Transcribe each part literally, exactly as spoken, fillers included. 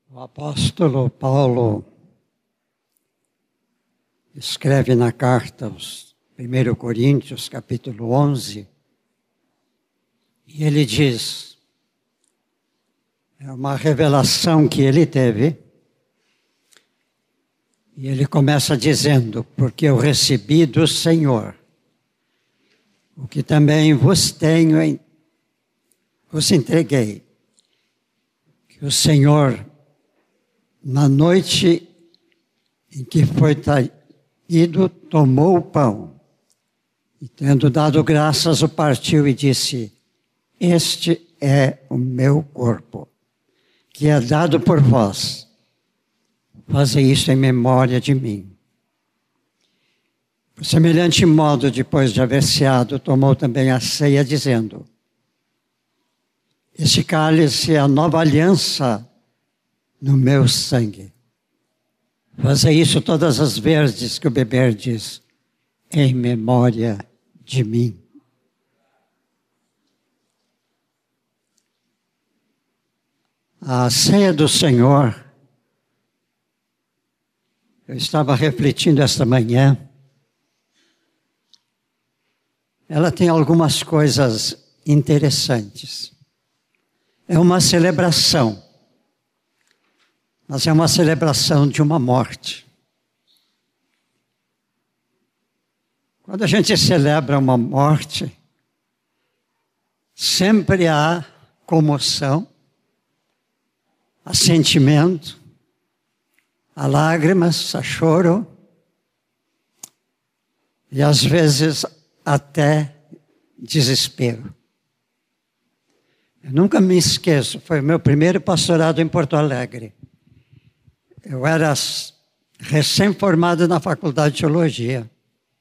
O apóstolo Paulo escreve na carta aos primeira Coríntios, capítulo onze, e ele diz, é uma revelação que ele teve, e ele começa dizendo, porque eu recebi do Senhor, o que também vos tenho, vos entreguei, que o Senhor, na noite em que foi traído, tomou o pão e, tendo dado graças, o partiu e disse, este é o meu corpo, que é dado por vós. Fazei isso em memória de mim. Por semelhante modo, depois de haver ceado, tomou também a ceia, dizendo, este cálice é a nova aliança no meu sangue. Fazei isso todas as vezes que o beberdes, em memória de mim. A ceia do Senhor, eu estava refletindo esta manhã, ela tem algumas coisas interessantes. É uma celebração. Mas é uma celebração de uma morte. Quando a gente celebra uma morte, sempre há comoção, há sentimento, há lágrimas, há choro, e às vezes até desespero. Eu nunca me esqueço, foi o meu primeiro pastorado em Porto Alegre. Eu era recém-formado na faculdade de teologia.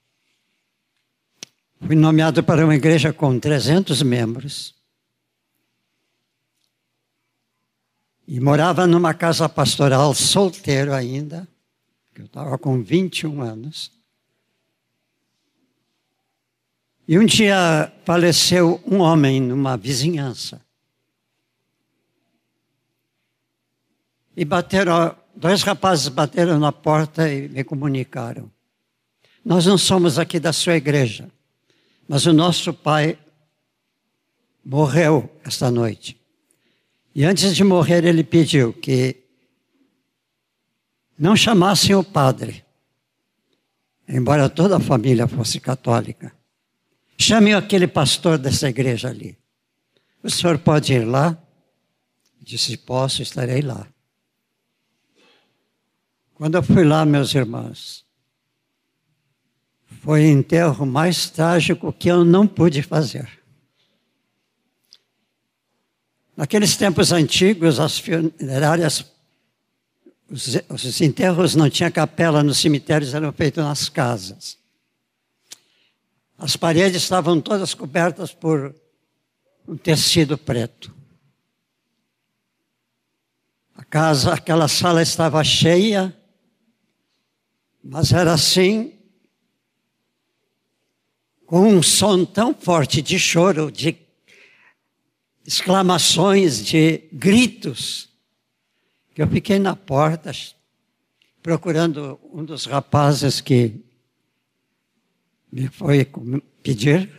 Fui nomeado para uma igreja com trezentos membros. E morava numa casa pastoral, solteiro ainda, que eu estava com vinte e um anos. E um dia faleceu um homem numa vizinhança. E bateram, dois rapazes bateram na porta e me comunicaram. Nós não somos aqui da sua igreja, mas o nosso pai morreu esta noite. E antes de morrer ele pediu que não chamassem o padre, embora toda a família fosse católica. Chamem aquele pastor dessa igreja ali. O senhor pode ir lá? Disse, posso, estarei lá. Quando eu fui lá, meus irmãos, foi o enterro mais trágico que eu não pude fazer. Naqueles tempos antigos, as funerárias, os, os enterros não tinham capela nos cemitérios, eram feitos nas casas. As paredes estavam todas cobertas por um tecido preto. A casa, aquela sala estava cheia, mas era assim, com um som tão forte de choro, de exclamações, de gritos, que eu fiquei na porta procurando um dos rapazes que me foi pedir.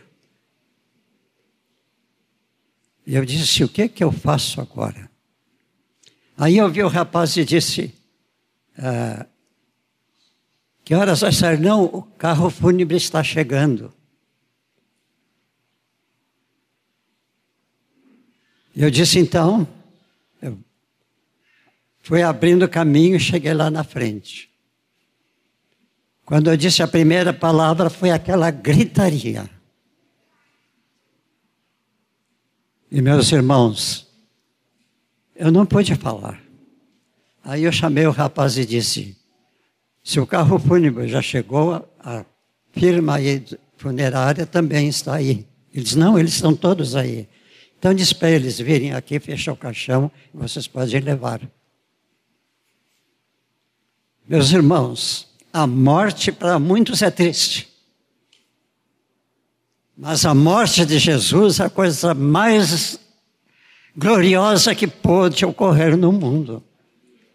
E eu disse, o que que eu faço agora? Aí eu vi o rapaz e disse, ah, que horas vai sair? Não, o carro fúnebre está chegando. E eu disse, então, eu fui abrindo o caminho e cheguei lá na frente. Quando eu disse a primeira palavra, foi aquela gritaria. E meus irmãos, eu não pude falar. Aí eu chamei o rapaz e disse, se o carro fúnebre já chegou, a firma aí funerária também está aí. Eles, não, eles estão todos aí. Então diz para eles virem aqui, fechar o caixão, e vocês podem levar. Meus irmãos, a morte para muitos é triste. Mas a morte de Jesus é a coisa mais gloriosa que pôde ocorrer no mundo.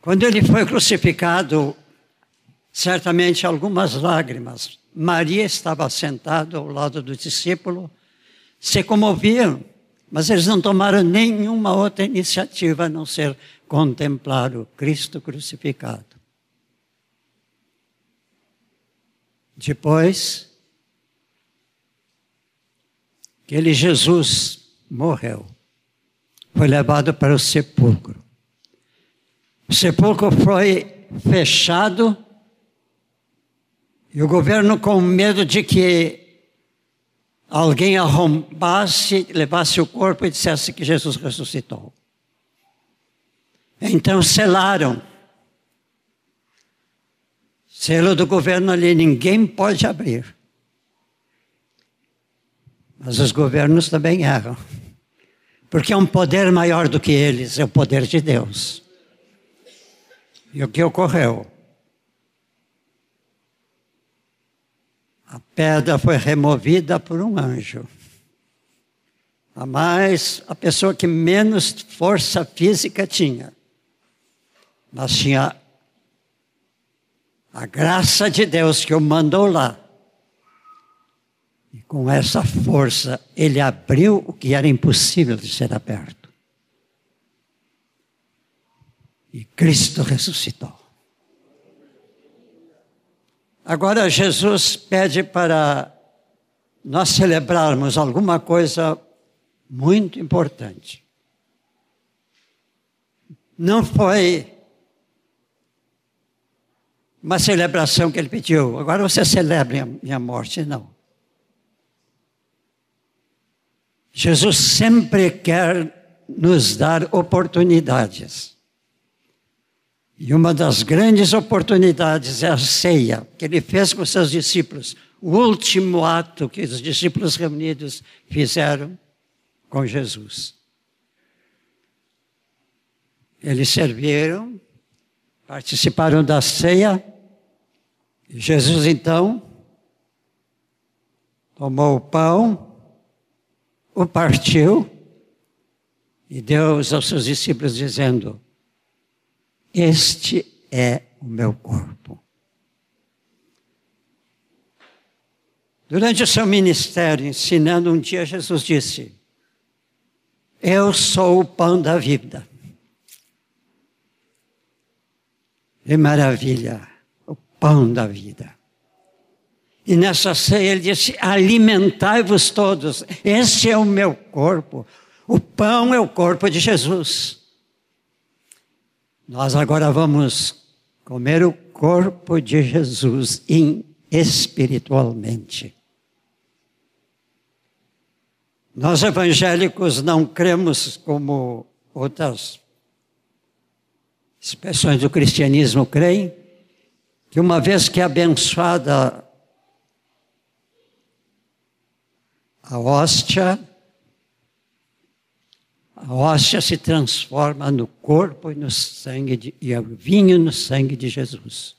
Quando ele foi crucificado, certamente algumas lágrimas. Maria estava sentada ao lado do discípulo, se comoviam, mas eles não tomaram nenhuma outra iniciativa a não ser contemplar o Cristo crucificado. Depois, aquele Jesus morreu, foi levado para o sepulcro. O sepulcro foi fechado e o governo, com medo de que alguém arrombasse, levasse o corpo e dissesse que Jesus ressuscitou. Então selaram. Selo do governo ali, ninguém pode abrir. Mas os governos também erram. Porque é um poder maior do que eles, é o poder de Deus. E o que ocorreu? A pedra foi removida por um anjo. A mais, a pessoa que menos força física tinha. Mas tinha a graça de Deus que o mandou lá. E com essa força, ele abriu o que era impossível de ser aberto. E Cristo ressuscitou. Agora Jesus pede para nós celebrarmos alguma coisa muito importante. Não foi uma celebração que ele pediu. Agora você celebre a minha morte, não. Jesus sempre quer nos dar oportunidades. E uma das grandes oportunidades é a ceia que ele fez com seus discípulos. O último ato que os discípulos reunidos fizeram com Jesus. Eles serviram, participaram da ceia. E Jesus, então, tomou o pão, o partiu e deu aos seus discípulos dizendo: este é o meu corpo. Durante o seu ministério, ensinando, um dia Jesus disse: eu sou o pão da vida. Que maravilha, o pão da vida. E nessa ceia ele disse: alimentai-vos todos, este é o meu corpo. O pão é o corpo de Jesus. Nós agora vamos comer o corpo de Jesus espiritualmente. Nós evangélicos não cremos, como outras expressões do cristianismo creem, que uma vez que é abençoada a hóstia, a hóstia se transforma no corpo e no sangue, de, e o vinho no sangue de Jesus.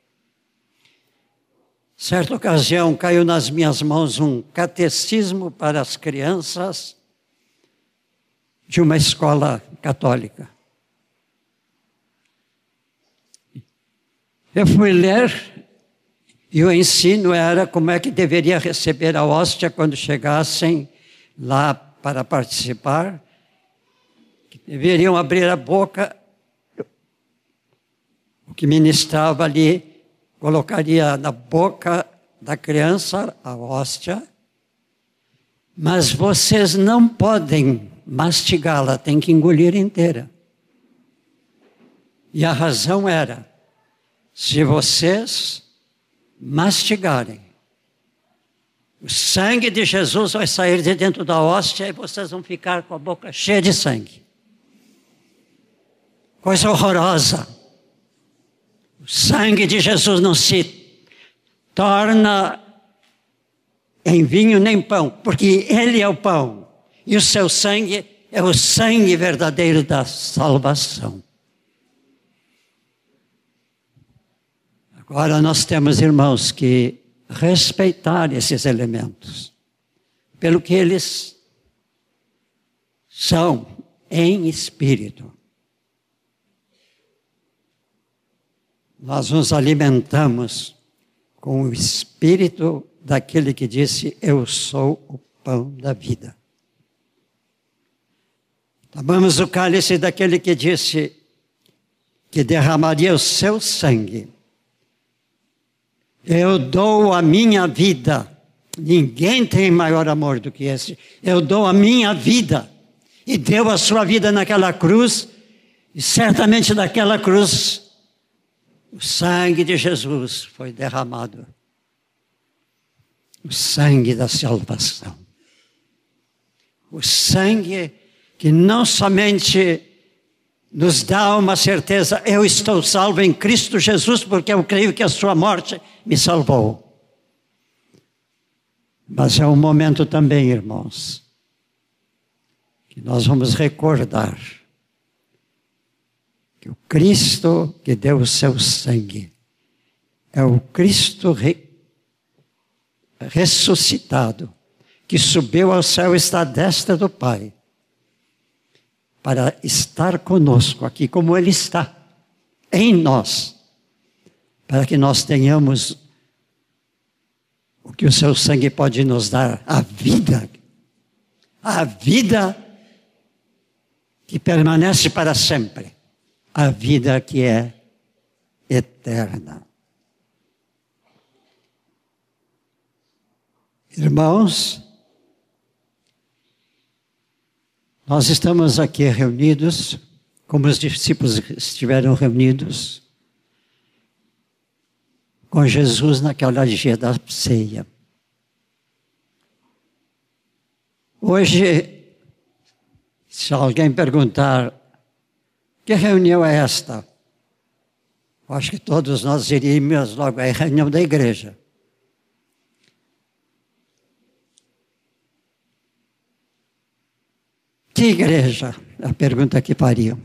Certa ocasião caiu nas minhas mãos um catecismo para as crianças de uma escola católica. Eu fui ler e o ensino era como é que deveria receber a hóstia quando chegassem lá para participar. Deveriam abrir a boca, o que ministrava ali colocaria na boca da criança a hóstia, mas vocês não podem mastigá-la, tem que engolir inteira. E a razão era: se vocês mastigarem, o sangue de Jesus vai sair de dentro da hóstia e vocês vão ficar com a boca cheia de sangue. Coisa horrorosa. O sangue de Jesus não se torna em vinho nem pão, porque Ele é o pão. E o seu sangue é o sangue verdadeiro da salvação. Agora nós temos, irmãos, que respeitar esses elementos, pelo que eles são em espírito. nós nos alimentamos com o espírito daquele que disse: eu sou o pão da vida. Tomamos o cálice daquele que disse que derramaria o seu sangue. Eu dou a minha vida. Ninguém tem maior amor do que esse. Eu dou a minha vida. E deu a sua vida naquela cruz. E certamente naquela cruz, o sangue de Jesus foi derramado. O sangue da salvação. O sangue que não somente nos dá uma certeza: eu estou salvo em Cristo Jesus, porque eu creio que a sua morte me salvou. Mas é um momento também, irmãos, que nós vamos recordar que o Cristo que deu o seu sangue é o Cristo re, ressuscitado, que subiu ao céu e está à destra do Pai, para estar conosco aqui, como Ele está, em nós, para que nós tenhamos o que o seu sangue pode nos dar, a vida, a vida que permanece para sempre, a vida que é eterna. Irmãos, nós estamos aqui reunidos, como os discípulos estiveram reunidos, com Jesus naquela dia da ceia. Hoje, se alguém perguntar: que reunião é esta? Eu acho que todos nós diríamos logo: é a reunião da igreja. Que igreja? A pergunta que fariam.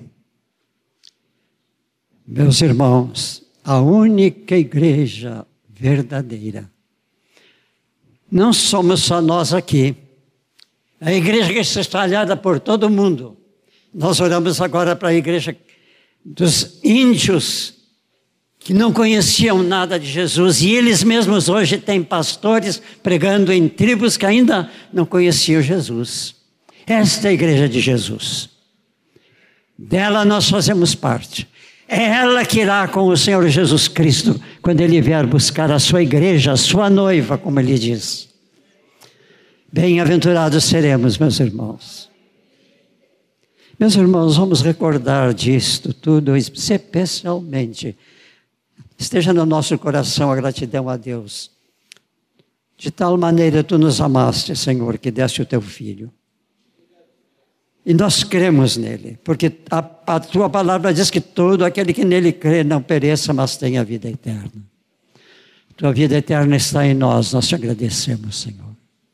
Meus irmãos, a única igreja verdadeira. Não somos só nós aqui. A igreja que está espalhada por todo o mundo. Nós oramos agora para a igreja dos índios que não conheciam nada de Jesus, e eles mesmos hoje têm pastores pregando em tribos que ainda não conheciam Jesus. Esta é a igreja de Jesus. Dela nós fazemos parte. É ela que irá com o Senhor Jesus Cristo quando Ele vier buscar a sua igreja, a sua noiva, como Ele diz. Bem-aventurados seremos, meus irmãos. Meus irmãos, vamos recordar disto tudo, especialmente. Esteja no nosso coração a gratidão a Deus. De tal maneira Tu nos amaste, Senhor, que deste o Teu Filho. E nós cremos nele, porque a, a tua palavra diz que todo aquele que nele crê não pereça, mas tenha vida eterna. Tua vida eterna está em nós, nós te agradecemos, Senhor.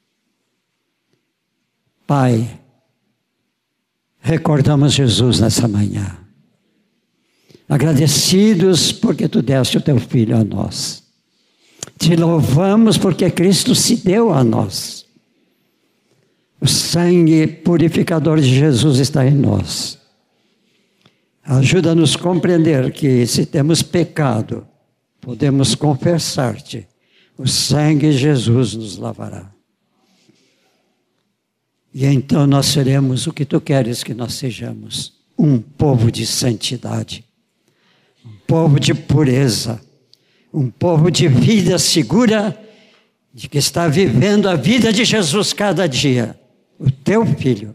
Pai, recordamos Jesus nessa manhã. Agradecidos porque tu deste o teu Filho a nós. Te louvamos porque Cristo se deu a nós. O sangue purificador de Jesus está em nós. Ajuda-nos a compreender que se temos pecado, podemos confessar-te. O sangue de Jesus nos lavará. E então nós seremos o que tu queres que nós sejamos. Um povo de santidade. Um povo de pureza. Um povo de vida segura, de que está vivendo a vida de Jesus cada dia. O teu Filho.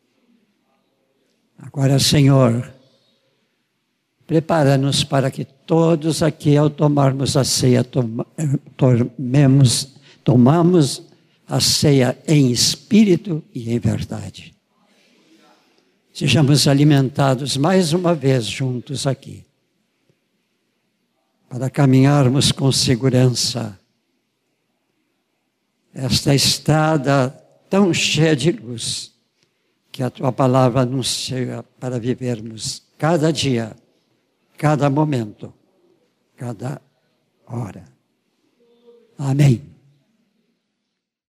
Agora, Senhor, prepara-nos para que todos aqui, ao tomarmos a ceia, toma, tomemos, tomamos a ceia em espírito e em verdade. Sejamos alimentados mais uma vez juntos aqui, para caminharmos com segurança esta estrada tão cheia de luz, que a tua palavra anuncia para vivermos cada dia, cada momento, cada hora. Amém.